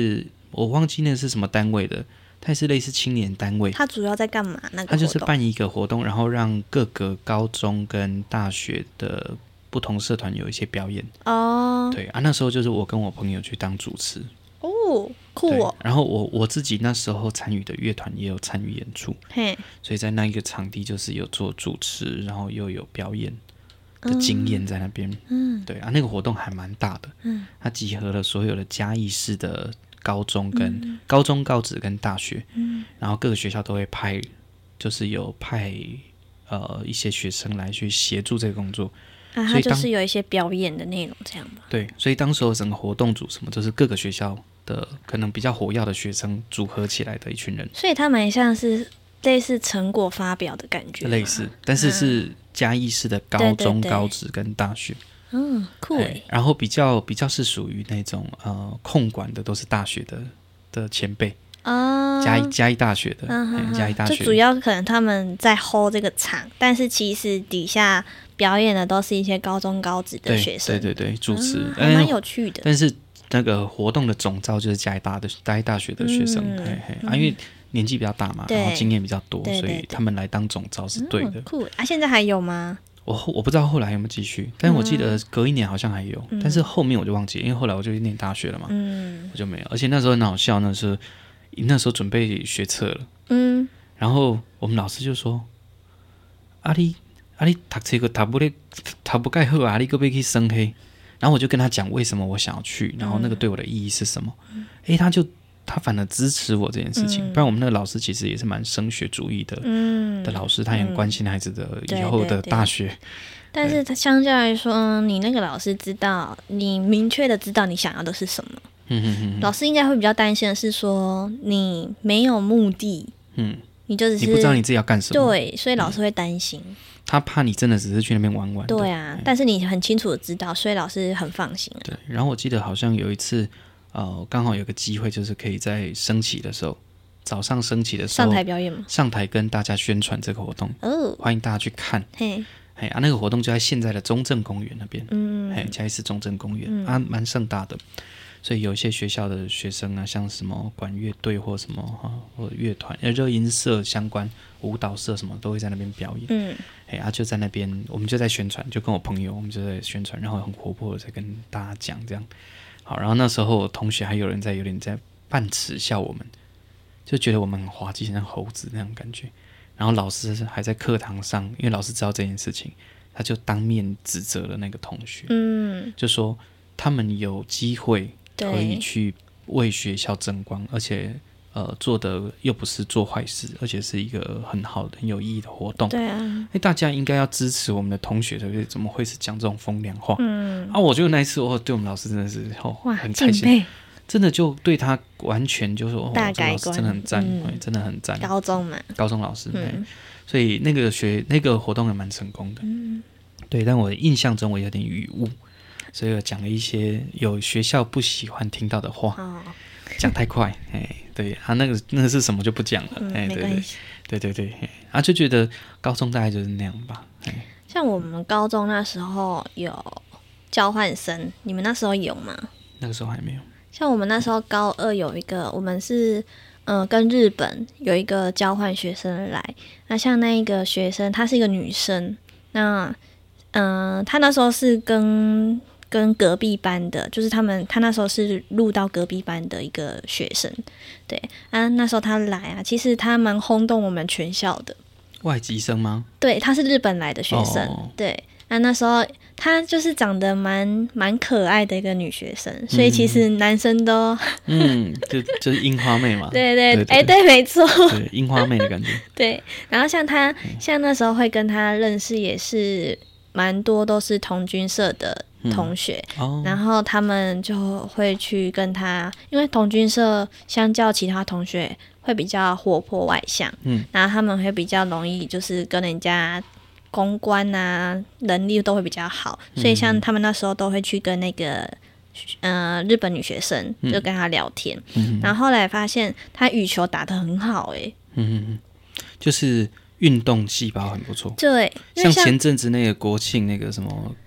我忘记那是什么单位的，它也是类似青年单位。 它主要在干嘛？那个它就是办一个活动，然后让各个高中跟大学的不同社团有一些表演。哦，对啊，那时候就是我跟我朋友去当主持。 哦，酷哦！ 然后我我自己那时候参与的乐团也有参与演出，嘿，所以在那一个场地就是有做主持，然后又有表演的经验在那边。嗯，对啊，那个活动还蛮大的。嗯，它集合了所有的嘉义市的高中跟、嗯、高中高职跟大学，嗯，然后各个学校都会派，就是有派呃一些学生来去协助这个工作。 啊，它就是有一些表演的内容这样吧。 对，所以当时候整个活动组什么，就是各个学校的可能比较活跃的学生组合起来的一群人。 所以它蛮像是类似成果发表的感觉。 类似，但是是嘉义市的高中、嗯、高职跟大学。 嗯，酷耶、 欸。然后比较比较是属于那种呃控管的都是大学的的前辈。啊，嘉义嘉义大学的，嗯、嘉义大学就主要可能他们在 hold 这个场，但是其实底下表演的都是一些高中高职的学生， 对对对对，主持、嗯、 还蛮有趣的。 但是那个活动的总召就是嘉义大的嘉义大学的学生，嗯、嘿嘿啊，因为年纪比较大嘛，然后经验比较多，对对对，所以他们来当总召是对的。 酷、嗯、啊！现在还有吗？ 我我不知道后来有没有继续，但是我记得隔一年好像还有，嗯、但是后面我就忘记了，因为后来我就去念大学了嘛，嗯，我就没有。而且那时候很好笑，那是那时候准备学测了，嗯，然后我们老师就说：“啊你啊你读册个读不咧，读不盖好啊，你个要去升黑。”然后我就跟他讲为什么我想要去，然后那个对我的意义是什么。嗯，哎，他就他反而支持我这件事情。嗯、不然我们那个老师其实也是蛮升学主义的，嗯、的老师，他也很关心孩子的以后的大学。对对对， 但是他相较来说，你那个老师知道你明确的知道你想要的是什么。嗯哼哼，老师应该会比较担心的是说你没有目的，嗯，你就只是你不知道你自己要干什么， 对，所以老师会担心。嗯， 他怕你真的只是去那边玩玩。 对啊，但是你很清楚的知道，所以老师很放心。 对，然后我记得好像有一次，呃，刚好有个机会，就是可以在升旗的时候，早上升旗的时候上台表演吗？ 上台跟大家宣传这个活动，哦，欢迎大家去看。嘿，嘿啊，那个活动就在现在的中正公园那边，嗯，嘿，嘉义市中正公园，嗯、啊，蛮盛大的。所以有一些学校的学生啊，像什么管乐队或什么哈，或乐团、热音社相关、舞蹈社什么，都会在那边表演。嗯，哎啊，就在那边，我们就在宣传，就跟我朋友，我们就在宣传，然后很活泼的在跟大家讲这样。好，然后那时候同学还有人在有点在半耻笑我们，就觉得我们很滑稽，像猴子那种感觉。然后老师还在课堂上，因为老师知道这件事情，他就当面指责了那个同学，嗯，就说他们有机会可以去为学校争光，而且呃做的又不是做坏事，而且是一个很好的很有意义的活动。对啊，大家应该要支持我们的同学，对不对？怎么会是讲这种风凉话？嗯，啊，我觉得那一次我对我们老师真的是哦很开心，真的就对他完全就说、哦、 大改观， 这老师真的很赞、嗯，真的很赞。 高中嘛， 高中老师，嗯，所以那个学那个活动也蛮成功的。嗯，对，但我印象中我有点语误。所以我讲了一些有学校不喜欢听到的话，讲、哦、太快，哎，对啊，那个那个是什么就不讲了，哎、嗯，对对对对对，啊，就觉得高中大概就是那样吧。 像我们高中那时候有交换生，你们那时候有吗？ 那个时候还没有。 像我们那时候高二有一个，我们是呃跟日本有一个交换学生来，那像那一个学生，她是一个女生，那嗯、呃，她那时候是跟跟隔壁班的，就是他们，他那时候是录到隔壁班的一个学生，对啊，那时候他来啊，其实他蛮轰动我们全校的。 外籍生吗？ 对，他是日本来的学生，哦、对啊，那时候他就是长得蛮蛮可爱的一个女学生，所以其实男生都嗯，就就是樱花妹嘛， 对对，哎，对，没错， 对，樱花妹的感觉， 对，然后像他，像那时候会跟他认识，也是蛮多都是童军社的同学、嗯哦、然后他们就会去跟他，因为童军社相较其他同学会比较活泼外向，嗯，然后他们会比较容易就是跟人家公关啊能力都会比较好，所以像他们那时候都会去跟那个呃日本女学生就跟他聊天、嗯、然后后来发现他羽球打得很好，耶、欸、 嗯，就是运动细胞很不错， 对， 像前阵子那个国庆那个什么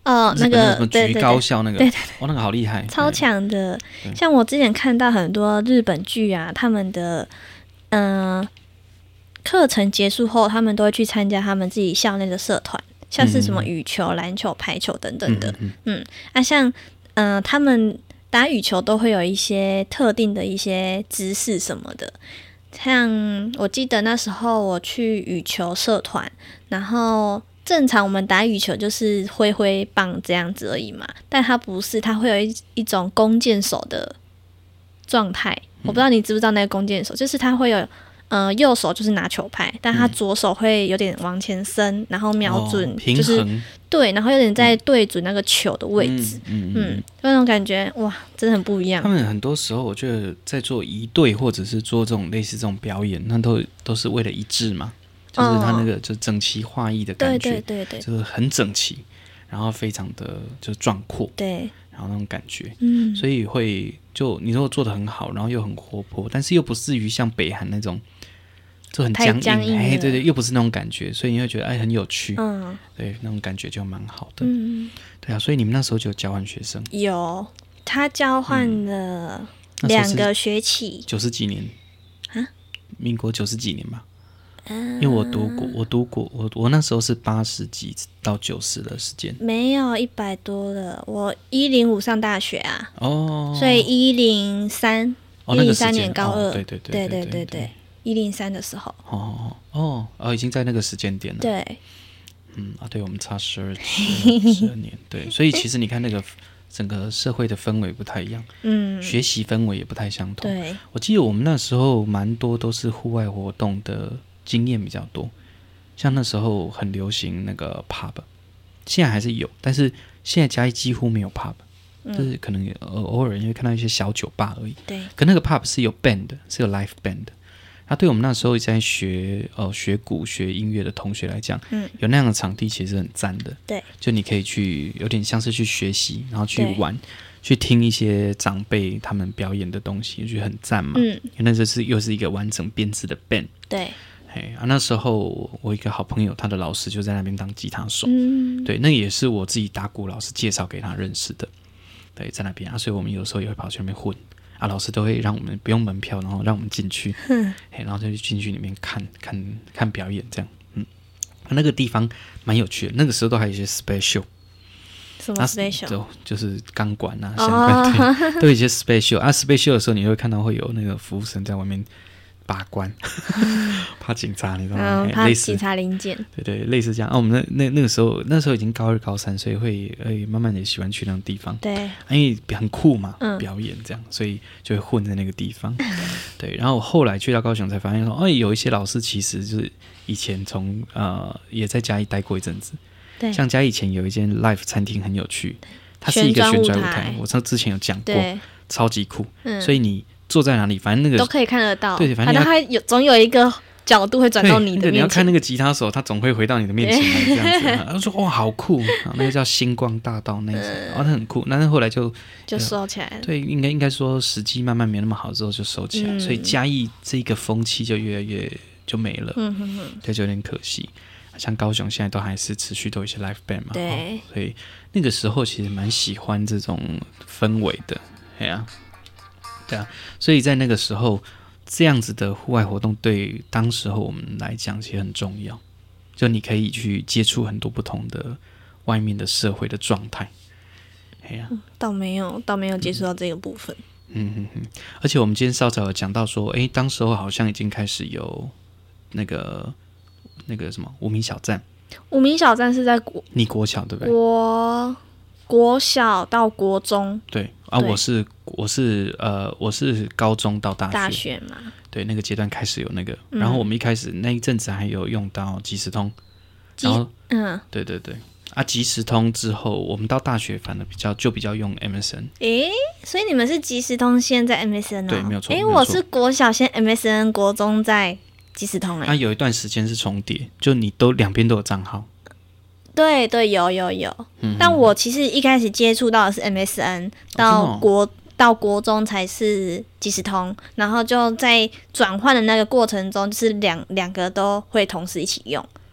哦，那个什么橘高校那个， 对对对， 哦，那个好厉害， 超强的。像我之前看到很多日本剧啊，他们的嗯课程结束后，他们都会去参加他们自己校内的社团，像是什么羽球、篮球、排球等等的。嗯嗯，啊，像嗯、呃、他们打羽球都会有一些特定的一些姿势什么的。像我记得那时候我去羽球社团，然后正常我们打羽球就是挥挥棒这样子而已嘛，但它不是，它会有一一种弓箭手的状态。我不知道你知不知道那个弓箭手，就是它会有呃右手就是拿球拍，但他左手会有点往前伸，然后瞄准、 哦、 就是对，然后有点在对准那个球的位置， 嗯嗯嗯， 嗯，那种感觉哇，真的很不一样。 他们很多时候我觉得在做仪队或者是做这种类似这种表演，那都都是为了一致嘛。就是他那个就整齐划一的感觉， 对对对对， 就是很整齐，然后非常的就壮阔， 对， 然后那种感觉， 嗯， 所以会就你如果做得很好，然后又很活泼，但是又不至于像北韩那种就很僵硬， 僵硬哎，对对，又不是那种感觉，所以你会觉得哎很有趣， 嗯， 对，那种感觉就蛮好的， 嗯， 对啊，所以你们那时候就有交换学生， 有，他交换了两个学期， 九十几年啊， 民国九十几年吧。因为我读过，我读过，我我那时候是八十几到九十的时间， 没有一百多了。我一零五上大学啊， 哦， 所以一零三，一零三年高二， 哦、对对对对对对对，一零三的时候， 哦哦哦，已经在那个时间点了， 对， 嗯啊，对我们差十二十二年，对，所以其实你看那个整个社会的氛围不太一样，嗯，学习氛围也不太相同。 对， 我记得我们那时候蛮多都是户外活动的。经验比较多，像那时候很流行那个 pub， 现在还是有，但是现在嘉义几乎没有 pub，、嗯、就是可能偶尔你会看到一些小酒吧而已。 对， 可那个 pub 是有 band 的，是有 live band 的。那对我们那时候在学呃学鼓学音乐的同学来讲，嗯，有那样的场地其实很赞的。 对， 就你可以去，有点像是去学习，然后去玩。去听一些长辈他们表演的东西，就觉得很赞嘛。嗯，因为那就是又是一个完整编制的 band。 对。 嘿啊，那时候我一个好朋友，他的老师就在那边当吉他手，嗯，对，那也是我自己打鼓老师介绍给他认识的，对，在那边啊，所以我们有时候也会跑去那边混啊，老师都会让我们不用门票，然后让我们进去，嗯，嘿，然后就进去里面看看看表演这样，嗯，那个地方蛮有趣的，那个时候都还有一些 special。 什么 special？、啊、 就, 就是钢管啊，相关的、oh. 都有一些 special 啊 ，special 的时候你会看到会有那个服务生在外面把关，怕警察，你知道吗？ 嗯、怕警察临检， 对对，类似这样。啊，我们那那那个时候，那时候已经高二高三，所以会呃慢慢也喜欢去那种地方， 对， 因为很酷嘛， 嗯、 表演这样，所以就会混在那个地方。对，然后我后来去到高雄才发现说，哦，有一些老师其实就是以前从呃也在嘉义待过一阵子。 对， 像家以前有一间 live 餐厅很有趣，它是一个旋转舞台，我上之前有讲过，超级酷、嗯。所以你坐在哪里，反正那个都可以看得到。 对，反正它有总有一个角度会转到你的面前。 对，你要看那个吉他手，他总会回到你的面前来这样子。然后说哇，好酷！那个叫星光大道那一种，哦，那很酷。但是后来就就收起来了。 对，应该应该说时机慢慢没那么好之后就收起来，嗯、所以嘉义这个风气就越来越就没了。嗯哼哼，对，就有点可惜。像高雄现在都还是持续都有一些 live band 嘛， 对、 哦，所以那个时候其实蛮喜欢这种氛围的，对啊，对啊，所以在那个时候这样子的户外活动对当时候我们来讲其实很重要，就你可以去接触很多不同的外面的社会的状态，哎呀、 嗯，倒没有，倒没有接触到这个部分， 嗯哼哼，而且我们今天稍早有讲到说，哎，当时候好像已经开始有那个。那个什么无名小站， 无名小站是在国你国小对不对？ 国国小到国中， 对啊，对我是我是呃我是高中到大学， 大学嘛， 对那个阶段开始有那个，嗯、然后我们一开始那一阵子还有用到即时通，然后嗯，对对对啊，即时通之后，我们到大学反而比较就比较用 M S N， 诶，所以你们是即时通先在 M S N 哦？ 对，没有错。 诶，我是国小先 M S N， 国中在。即时通哎、欸， 它、啊、有一段时间是重叠，就你都两边都有账号。 对对，有有有、嗯。但我其实一开始接触到的是 M S N， 到国、哦、到国中才是即时通，然后就在转换的那个过程中，就是两两个都会同时一起用。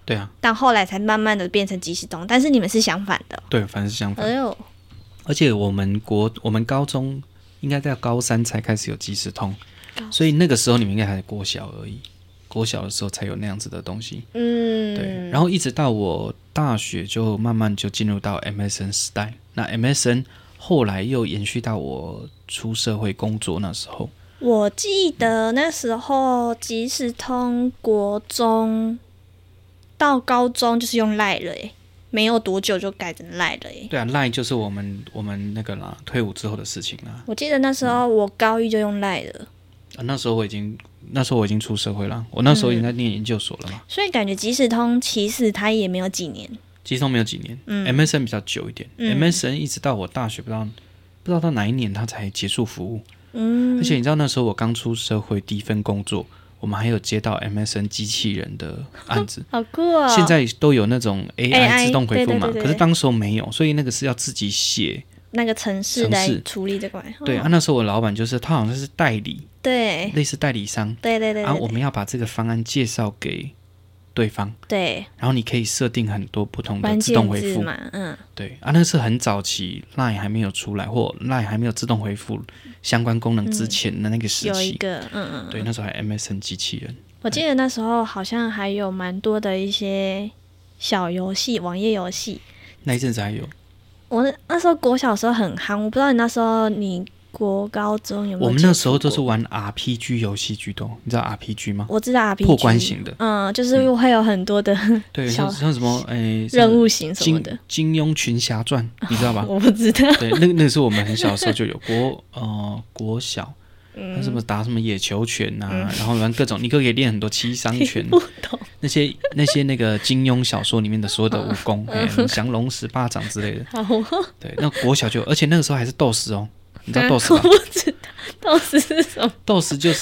对啊， 但后来才慢慢的变成即时通，但是你们是相反的、哦。 对，反正是相反。 哎呦， 而且我们国我们高中应该在高三才开始有即时通，所以那个时候你们应该还是国小而已，国小的时候才有那样子的东西。嗯，对。然后一直到我大学就慢慢就进入到 M S N 时代，那 M S N 后来又延续到我出社会工作那时候。 我记得那时候即时通国中到高中就是用 LINE 了耶，没有多久就改成 LINE 了耶。 对啊 ，LINE 就是我们我们那个啦，退伍之后的事情啦。 我记得那时候我高一就用 LINE 了、 啊，那时候我已经那时候我已经出社会了，我那时候已经在念研究所了嘛、嗯。 所以感觉即时通其实它也没有几年， 即时通没有几年、嗯、，M S N 比较久一点、嗯、，M S N 一直到我大学不知道不知道到哪一年它才结束服务。嗯，而且你知道那时候我刚出社会第一份工作，我们还有接到 M S N 机器人的案子， 好酷哦！ 现在都有那种 A I 自动回复嘛， 对对对对， 可是当时候没有，所以那个是要自己写那个程式来处理这块。 对、哦、啊，那时候我老板就是他好像是代理， 对， 类似代理商， 对对 对, 对, 对， 然后我们要把这个方案介绍给对方， 对， 然后你可以设定很多不同的自动回复嘛，嗯， 对啊，那是很早期 LINE 还没有出来或 LINE 还没有自动回复相关功能之前的那个时期， 有一个，嗯嗯， 对，那时候还 M S N 机器人。 我记得那时候好像还有蛮多的一些小游戏，网页游戏。 那一阵子还有， 我那时候国小的时候很夯，我不知道你那时候你国高中有没有？ 我们那时候都是玩 R P G 游戏居多，你知道 R P G 吗？ 我知道 R P G 破关型的， 嗯，就是会有很多的、嗯、 对，像像什么诶、 任务型什么的， 金庸群侠传，你知道吧？ 我不知道。 对，那那个是我们很小的时候就有国呃国小。嗯、什么打什么野球拳啊、嗯，然后玩各种，你可以练很多七伤拳，那些那些那个金庸小说里面的所有的武功，嗯、降龙十八掌之类的。 好、哦， 对，那国小就，而且那个时候还是斗士哦，你知道斗士吗？ 我不知道斗士是什么？ 斗士就是，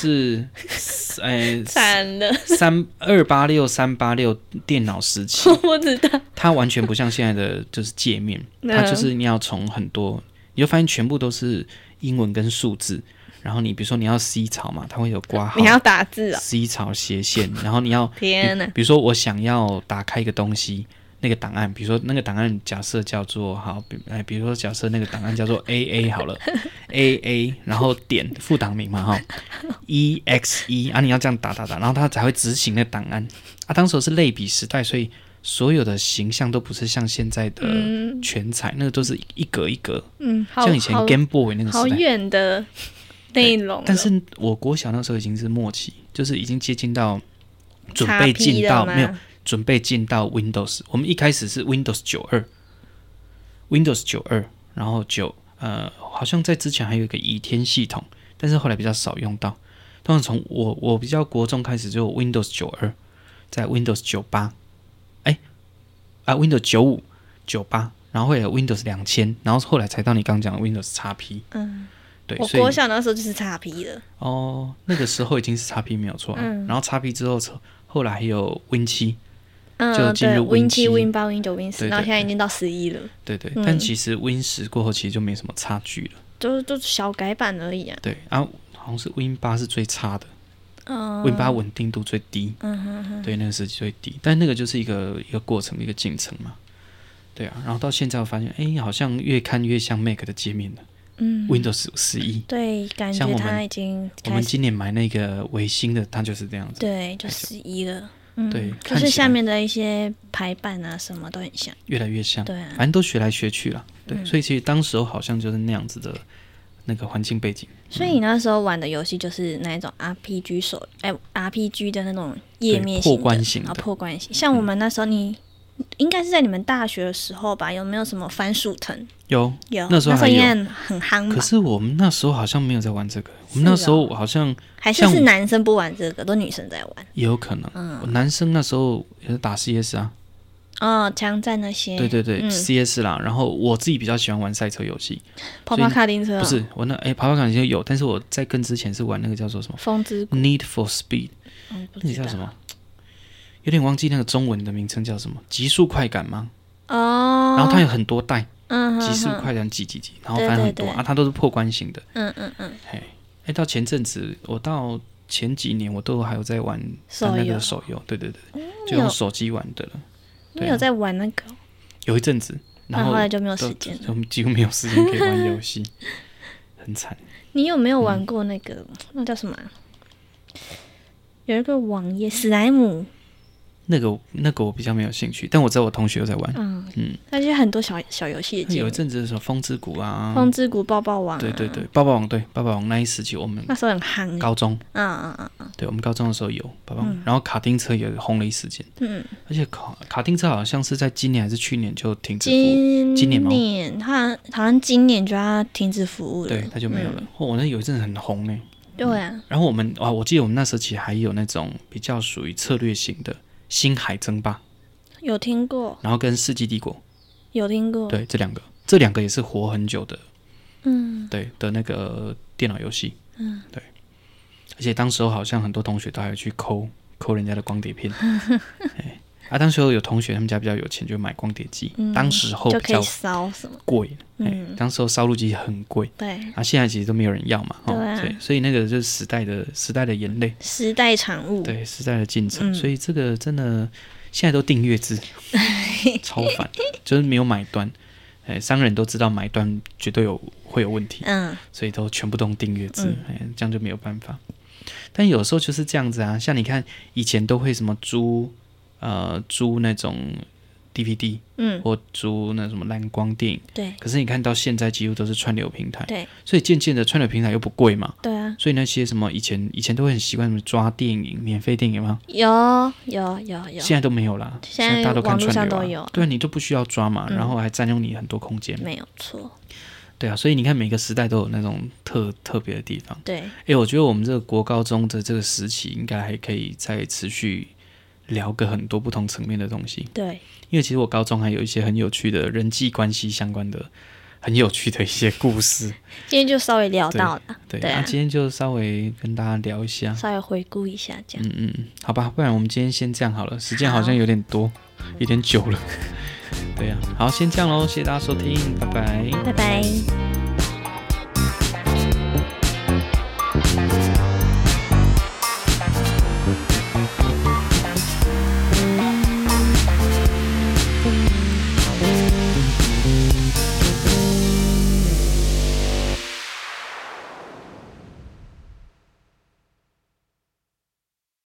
哎， 惨了， 三二八六三八六电脑时期， 我不知道， 它完全不像现在的就是界面，它就是你要从很多，你就发现全部都是英文跟数字。然后你比如说你要 C 槽嘛，它会有括号， 你要打字啊、哦、 ，C 槽斜线，然后你要天哪， 比如说我想要打开一个东西，那个档案，比如说那个档案假设叫做好，哎，比如说假设那个档案叫做 A A 好了，A A， 然后点副档名嘛哈 ，E X E 啊，你要这样打打打，然后它才会执行那个档案啊。当时是类比时代，所以所有的形象都不是像现在的全彩，嗯、那个都是一格一格，嗯，像以前 Game Boy 那个时代， 好远的。内容， 但是我国小那时候已经是末期，就是已经接近到准备进到没有准备进到 Windows。我们一开始是 Windows 九二 ，Windows 九二，然后九呃，好像在之前还有一个倚天系统，但是后来比较少用到。当然从我我比较国中开始就有 Windows 九二，在 Windows 九八，哎啊 Windows 九五、九八，然后会有 Windows 两千，然后后来才到你刚讲的 Windows X P。嗯。对， 我国小那时候就是 X P 了哦，那个时候已经是 X P 没有错、啊嗯、然后 X P 之后后来还有 Win 七、嗯、就进入 Win 七 Win 八 Win 九 Win 十，然后现在已经到十一了。 对 对, 对、嗯、但其实 Win 十过后其实就没什么差距了， 就就小改版而已啊。 对啊，好像是 Win 八是最差的、嗯、Win 八稳定度最低、嗯、哼哼对，那个是最低，但那个就是一个一个过程一个进程嘛。对啊，然后到现在我发现哎，好像越看越像 Mac 的界面了。嗯 ，Windows 十一， 对，感觉它已经我们今年买那个微星的，它就是这样子， 对，就十一了，嗯， 对， 就是下面的一些排版啊，什么都很像， 越来越像， 对、啊， 反正都学来学去了，对、嗯，所以其实当时候好像就是那样子的那个环境背景。 所以你那时候玩的游戏就是那一种 R P G 手，哎 ，R P G 的那种页面型的破关型的， 啊，破关型，像我们那时候你。嗯应该是在你们大学的时候吧？有没有什么番薯藤？ 有， 有， 那时候还有， 那时候很夯吧。 可是我们那时候好像没有在玩这个，我们那时候好像还是是男生不玩这个，都女生在玩。 也有可能，嗯，男生那时候也是打 C S 啊， 哦，枪战那些， 对对对、嗯、，C S 啦。然后我自己比较喜欢玩赛车游戏， 跑跑卡丁车、哦、 不是我那哎，跑跑卡丁车有，但是我在更之前是玩那个叫做什么？ 风之谷 Need for Speed，、嗯、那个叫什么？有点忘记那个中文的名称叫什么？极速快感吗？哦，然后它有很多代，嗯，极速快感几几几，然后反正很多对对对啊，它都是破关型的，嗯嗯嗯，嘿，哎，到前阵子，我到前几年我都还有在玩那个手游，对对对， 就用手机玩的了。 你有在玩那个？ 有一阵子，然后后来就没有时间了， 我们几乎没有时间可以玩游戏，很惨。 你有没有玩过那个？嗯、那叫什么、啊？有一个网页史莱姆。 那个那个我比较没有兴趣，但我知道我同学有在玩。 嗯嗯，那就很多小小游戏。 有一阵子的时候，风之谷啊， 风之谷、抱抱网、啊， 对对对，抱抱网对抱抱网那一时期我们那时候很夯。 高中， 嗯嗯嗯嗯， 对我们高中的时候有抱抱网、嗯，然后卡丁车也红了一时间。嗯，而且卡卡丁车好像是在今年还是去年就停止服务。今年吗？ 今年它好像今年就要停止服务了， 对，它就没有了。嗯、哦，那有一阵子很红呢。 对啊、嗯。 然后我们啊，我记得我们那时期还有那种比较属于策略型的。星海争霸有听过， 然后跟世纪帝国有听过， 对，这两个，这两个也是活很久的， 嗯， 对的那个电脑游戏， 嗯， 对，而且当时候好像很多同学都还去抠抠人家的光碟片，啊，当时候有同学他们家比较有钱，就买光碟机，嗯、当时候比较烧什么贵，嗯，当时候烧录机很贵， 对， 啊，现在其实都没有人要嘛， 对啊， 对，所以那个就是时代的时代的眼泪， 时代产物， 对，时代的进程，嗯、所以这个真的现在都订阅制，超烦，就是没有买断，哎，商人都知道买断绝对有会有问题，嗯，所以都全部都用订阅制，嗯、哎，这样就没有办法。但有时候就是这样子啊，像你看以前都会什么租。呃，租那种 D V D， 嗯，或租那什么蓝光电影， 对。 可是你看到现在几乎都是串流平台， 对。 所以渐渐的串流平台又不贵嘛， 对啊。 所以那些什么以前以前都会很习惯什么抓电影、免费电影吗？ 有有有有。 现在都没有啦， 现在大家都看串流、啊、 都有、啊。 对啊，你都不需要抓嘛，嗯、然后还占用你很多空间， 没有错。 对啊，所以你看每个时代都有那种特特别的地方。 对。 哎、欸，我觉得我们这个国高中的这个时期，应该还可以再持续。聊个很多不同层面的东西， 对， 因为其实我高中还有一些很有趣的人际关系相关的、很有趣的一些故事。 今天就稍微聊到了， 对， 对、啊， 那、啊、今天就稍微跟大家聊一下， 稍微回顾一下，这样， 嗯嗯，好吧，不然我们今天先这样好了，时间好像有点多，有点久了，对呀、啊，好，先这样咯，谢谢大家收听，拜拜， 拜拜。